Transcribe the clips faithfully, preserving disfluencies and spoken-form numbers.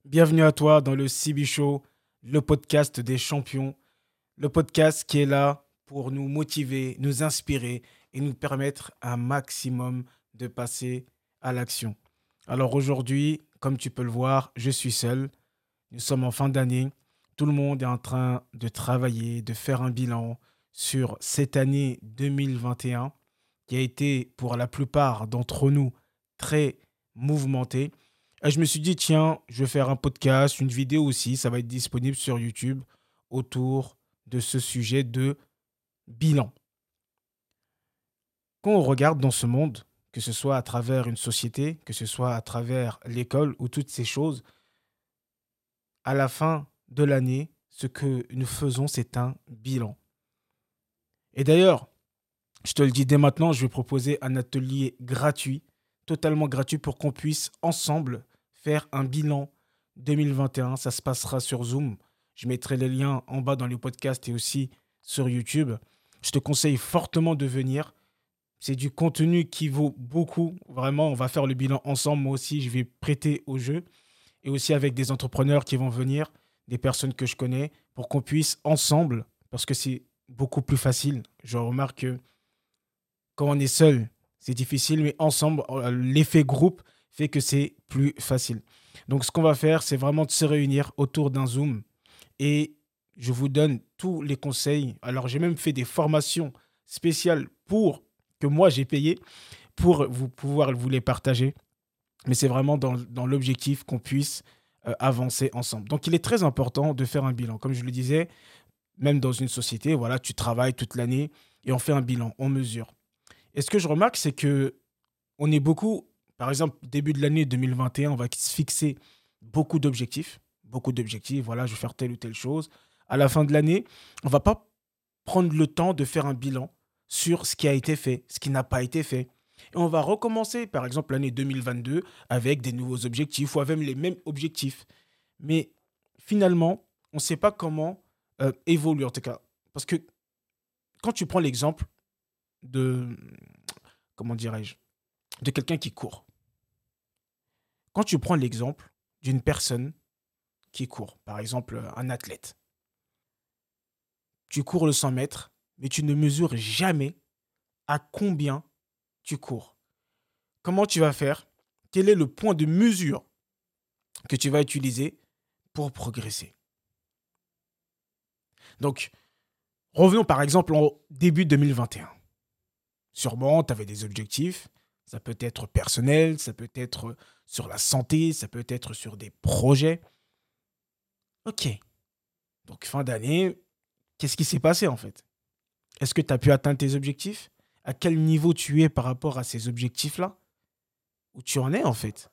Bienvenue à toi dans le C B Show, le podcast des champions, le podcast qui est là pour nous motiver, nous inspirer et nous permettre un maximum de passer à l'action. Alors aujourd'hui, comme tu peux le voir, je suis seul. Nous sommes en fin d'année. Tout le monde est en train de travailler, de faire un bilan sur cette année deux mille vingt et un qui a été pour la plupart d'entre nous très mouvementée. Et je me suis dit, tiens, je vais faire un podcast, une vidéo aussi, ça va être disponible sur YouTube autour de ce sujet de bilan. Quand on regarde dans ce monde, que ce soit à travers une société, que ce soit à travers l'école ou toutes ces choses, à la fin de l'année, ce que nous faisons, c'est un bilan. Et d'ailleurs, je te le dis dès maintenant, je vais proposer un atelier gratuit, totalement gratuit, pour qu'on puisse ensemble faire un bilan deux mille vingt et un. Ça se passera sur Zoom. Je mettrai les liens en bas dans les podcasts et aussi sur YouTube. Je te conseille fortement de venir. C'est du contenu qui vaut beaucoup. Vraiment, on va faire le bilan ensemble. Moi aussi, je vais prêter au jeu. Et aussi avec des entrepreneurs qui vont venir, des personnes que je connais, pour qu'on puisse ensemble, parce que c'est beaucoup plus facile. Je remarque que quand on est seul, c'est difficile, mais ensemble, euh, l'effet groupe fait que c'est plus facile. Donc, ce qu'on va faire, c'est vraiment de se réunir autour d'un Zoom et je vous donne tous les conseils. Alors, j'ai même fait des formations spéciales pour que moi j'ai payé pour vous pouvoir vous les partager. Mais c'est vraiment dans, dans l'objectif qu'on puisse euh, avancer ensemble. Donc, il est très important de faire un bilan. Comme je le disais, même dans une société, voilà, tu travailles toute l'année et on fait un bilan, on mesure. Et ce que je remarque, c'est que on est beaucoup, par exemple, début de l'année deux mille vingt et un, on va se fixer beaucoup d'objectifs. Beaucoup d'objectifs, voilà, je vais faire telle ou telle chose. À la fin de l'année, on ne va pas prendre le temps de faire un bilan sur ce qui a été fait, ce qui n'a pas été fait. Et on va recommencer, par exemple, l'année deux mille vingt-deux avec des nouveaux objectifs ou avec les mêmes objectifs. Mais finalement, on ne sait pas comment euh, évoluer, en tout cas. Parce que quand tu prends l'exemple de, comment dirais-je, de quelqu'un qui court. Quand tu prends l'exemple d'une personne qui court, par exemple un athlète, tu cours le cent mètres, mais tu ne mesures jamais à combien tu cours. Comment tu vas faire? Quel est le point de mesure que tu vas utiliser pour progresser? Donc, revenons par exemple au début deux mille vingt et un. Sûrement, tu avais des objectifs. Ça peut être personnel, ça peut être sur la santé, ça peut être sur des projets. Ok. Donc, fin d'année, qu'est-ce qui s'est passé en fait? Est-ce que tu as pu atteindre tes objectifs? À quel niveau tu es par rapport à ces objectifs-là? Où tu en es en fait?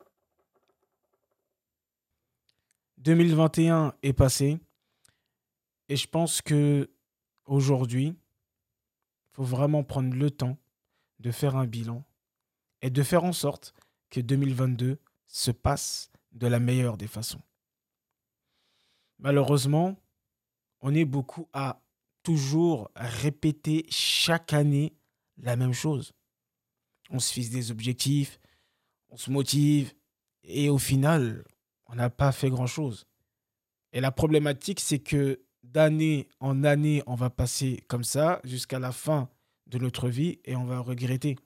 deux mille vingt et un est passé et je pense que aujourd'hui, il faut vraiment prendre le temps de faire un bilan et de faire en sorte que deux mille vingt-deux se passe de la meilleure des façons. Malheureusement, on est beaucoup à toujours répéter chaque année la même chose. On se fixe des objectifs, on se motive et au final, on n'a pas fait grand-chose. Et la problématique, c'est que d'année en année, on va passer comme ça jusqu'à la fin de notre vie et on va regretter.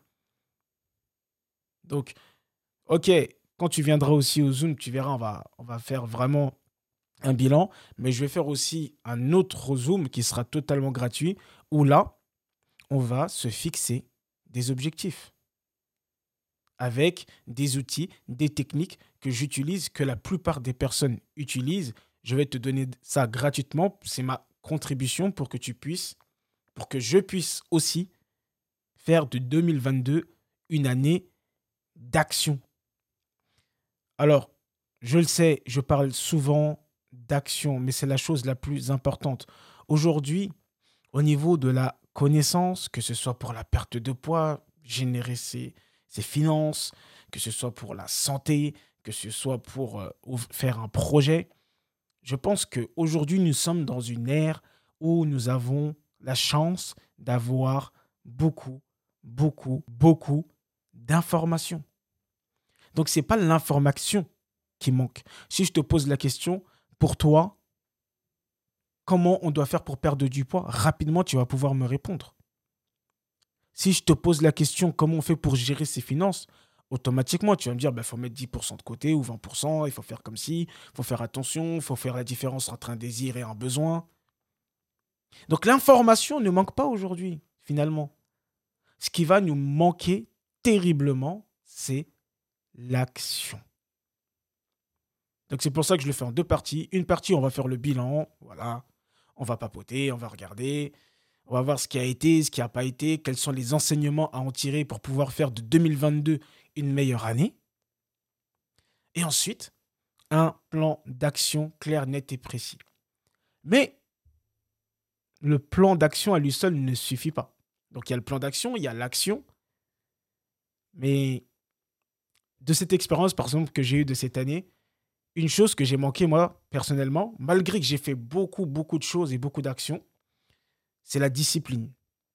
Donc, ok, quand tu viendras aussi au Zoom, tu verras, on va, on va faire vraiment un bilan, mais je vais faire aussi un autre Zoom qui sera totalement gratuit, où là, on va se fixer des objectifs avec des outils, des techniques que j'utilise, que la plupart des personnes utilisent. Je vais te donner ça gratuitement, c'est ma contribution pour que tu puisses, pour que je puisse aussi faire de deux mille vingt-deux une année d'action. Alors, je le sais, je parle souvent d'action, mais c'est la chose la plus importante. Aujourd'hui, au niveau de la connaissance, que ce soit pour la perte de poids, générer ses, ses finances, que ce soit pour la santé, que ce soit pour euh, faire un projet, je pense qu'aujourd'hui, nous sommes dans une ère où nous avons la chance d'avoir beaucoup, beaucoup, beaucoup d'informations. Donc, ce n'est pas l'information qui manque. Si je te pose la question, pour toi, comment on doit faire pour perdre du poids? Rapidement, tu vas pouvoir me répondre. Si je te pose la question, comment on fait pour gérer ses finances? Automatiquement, tu vas me dire, il faut mettre dix pour cent de côté ou vingt pour cent, il faut faire comme ci, il faut faire attention, il faut faire la différence entre un désir et un besoin. Donc l'information ne manque pas aujourd'hui, finalement. Ce qui va nous manquer terriblement, c'est l'action. Donc c'est pour ça que je le fais en deux parties. Une partie, on va faire le bilan, voilà. On va papoter, on va regarder, on va voir ce qui a été, ce qui n'a pas été, quels sont les enseignements à en tirer pour pouvoir faire de deux mille vingt-deux une meilleure année. Et ensuite, un plan d'action clair, net et précis. Mais le plan d'action à lui seul ne suffit pas. Donc il y a le plan d'action, il y a l'action. Mais de cette expérience, par exemple, que j'ai eue de cette année, une chose que j'ai manqué, moi, personnellement, malgré que j'ai fait beaucoup, beaucoup de choses et beaucoup d'actions, c'est la discipline.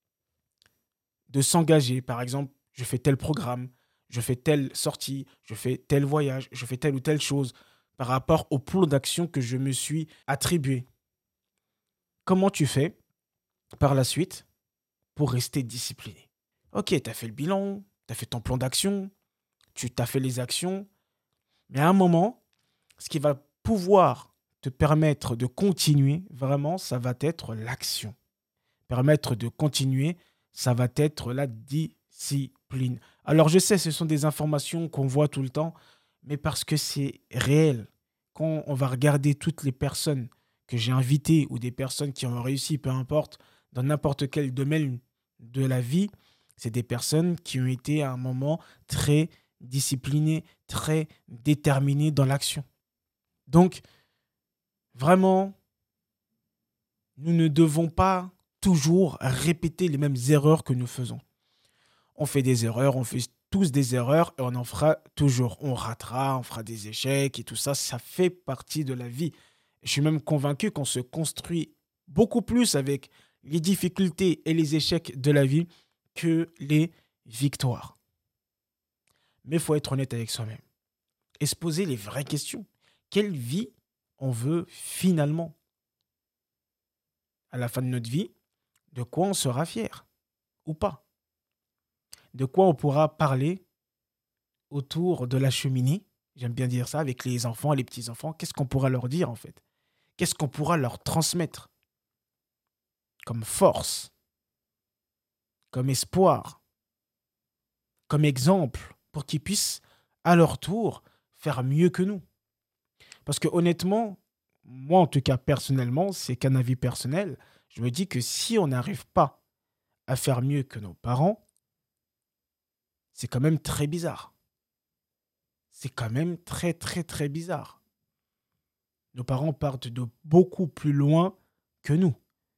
De s'engager. Par exemple, je fais tel programme, je fais telle sortie, je fais tel voyage, je fais telle ou telle chose par rapport au plan d'action que je me suis attribué. Comment tu fais par la suite pour rester discipliné? Ok, tu as fait le bilan, tu as fait ton plan d'action, tu as fait les actions, mais à un moment, ce qui va pouvoir te permettre de continuer, vraiment, ça va être l'action. Permettre de continuer, ça va être la discipline. Alors je sais, ce sont des informations qu'on voit tout le temps, mais parce que c'est réel. Quand on va regarder toutes les personnes que j'ai invitées ou des personnes qui ont réussi, peu importe, dans n'importe quel domaine de la vie, c'est des personnes qui ont été à un moment très disciplinées, très déterminées dans l'action. Donc, vraiment, nous ne devons pas toujours répéter les mêmes erreurs que nous faisons. On fait des erreurs, on fait tous des erreurs et on en fera toujours. On ratera, on fera des échecs et tout ça, ça fait partie de la vie. Je suis même convaincu qu'on se construit beaucoup plus avec les difficultés et les échecs de la vie que les victoires. Mais il faut être honnête avec soi-même et se poser les vraies questions. Quelle vie on veut finalement? À la fin de notre vie, de quoi on sera fier ou pas? De quoi on pourra parler autour de la cheminée? J'aime bien dire ça avec les enfants et les petits-enfants. Qu'est-ce qu'on pourra leur dire en fait? Qu'est-ce qu'on pourra leur transmettre comme force, comme espoir, comme exemple pour qu'ils puissent à leur tour faire mieux que nous? Parce que honnêtement, moi en tout cas personnellement, c'est qu'un avis personnel, je me dis que si on n'arrive pas à faire mieux que nos parents, c'est quand même très bizarre. C'est quand même très très très bizarre. Nos parents partent de beaucoup plus loin que nous.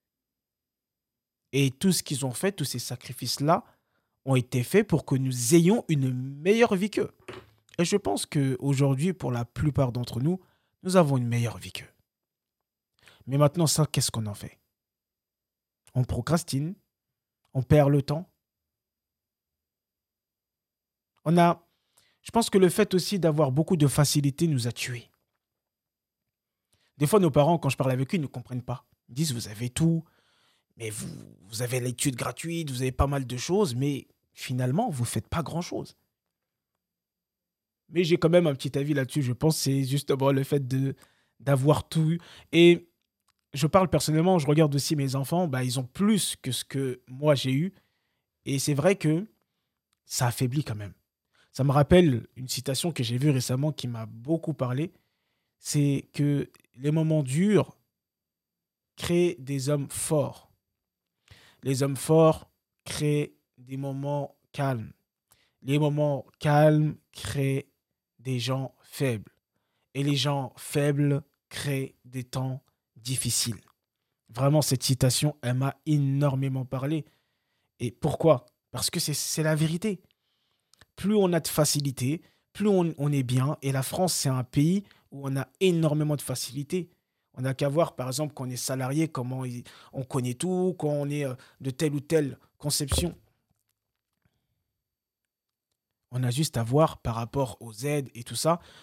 Et tout ce qu'ils ont fait, tous ces sacrifices-là, ont été faits pour que nous ayons une meilleure vie qu'eux. Et je pense qu'aujourd'hui, pour la plupart d'entre nous, nous avons une meilleure vie qu'eux. Mais maintenant, ça, qu'est-ce qu'on en fait? On procrastine, on perd le temps. On a, je pense que le fait aussi d'avoir beaucoup de facilité nous a tués. Des fois, nos parents, quand je parle avec eux, ils ne comprennent pas. Ils disent, vous avez tout, mais vous, vous avez l'étude gratuite, vous avez pas mal de choses, mais finalement, vous ne faites pas grand-chose. Mais j'ai quand même un petit avis là-dessus. Je pense que c'est justement le fait de, d'avoir tout eu. Et je parle personnellement, je regarde aussi mes enfants, bah, ils ont plus que ce que moi j'ai eu. Et c'est vrai que ça affaiblit quand même. Ça me rappelle une citation que j'ai vue récemment qui m'a beaucoup parlé. C'est que les moments durs créent des hommes forts. Les hommes forts créent des moments calmes. Les moments calmes créent des gens faibles. Et les gens faibles créent des temps difficiles. Vraiment, cette citation, elle m'a énormément parlé. Et pourquoi? Parce que c'est, c'est la vérité. Plus on a de facilité, plus on, on est bien. Et la France, c'est un pays où on a énormément de facilité. On n'a qu'à voir, par exemple, quand on est salarié, comment il- on connaît tout, quand on est euh, de telle ou telle conception. On a juste à voir par rapport aux aides et tout ça.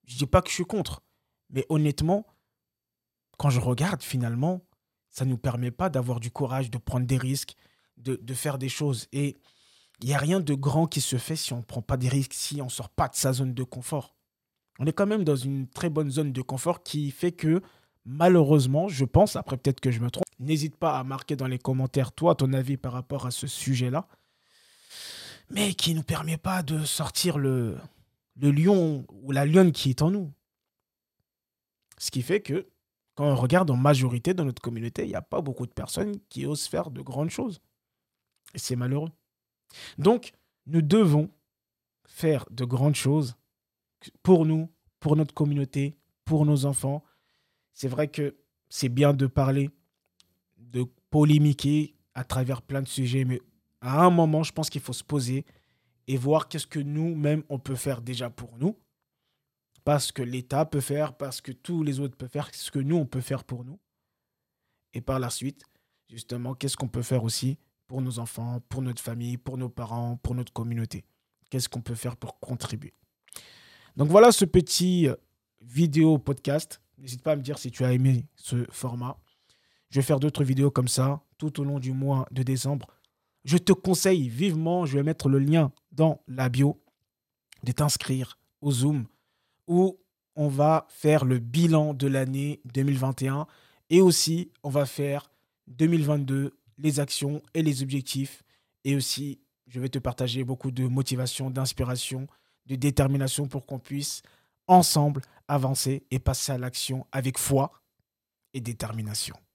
Je dis pas que je suis contre, mais honnêtement, quand je regarde finalement, ça ne nous permet pas d'avoir du courage, de prendre des risques, de, de faire des choses. Et il n'y a rien de grand qui se fait si on ne prend pas des risques, si on ne sort pas de sa zone de confort. On est quand même dans une très bonne zone de confort qui fait que, malheureusement, je pense, après peut-être que je me trompe, n'hésite pas à marquer dans les commentaires, toi, ton avis par rapport à ce sujet-là, mais qui ne nous permet pas de sortir le, le lion ou la lionne qui est en nous. Ce qui fait que, quand on regarde en majorité dans notre communauté, il n'y a pas beaucoup de personnes qui osent faire de grandes choses. Et c'est malheureux. Donc, nous devons faire de grandes choses pour nous, pour notre communauté, pour nos enfants. C'est vrai que c'est bien de parler, de polémiquer à travers plein de sujets, mais à un moment, je pense qu'il faut se poser et voir qu'est-ce que nous-mêmes, on peut faire déjà pour nous, parce que l'État peut faire, parce que tous les autres peuvent faire, ce que nous, on peut faire pour nous. Et par la suite, justement, qu'est-ce qu'on peut faire aussi pour nos enfants, pour notre famille, pour nos parents, pour notre communauté. Qu'est-ce qu'on peut faire pour contribuer. Donc voilà ce petit euh, vidéo podcast. N'hésite pas à me dire si tu as aimé ce format. Je vais faire d'autres vidéos comme ça tout au long du mois de décembre. Je te conseille vivement, je vais mettre le lien dans la bio, de t'inscrire au Zoom où on va faire le bilan de l'année deux mille vingt et un et aussi on va faire deux mille vingt-deux, les actions et les objectifs. Et aussi, je vais te partager beaucoup de motivation, d'inspiration, de détermination pour qu'on puisse ensemble avancer et passer à l'action avec foi et détermination.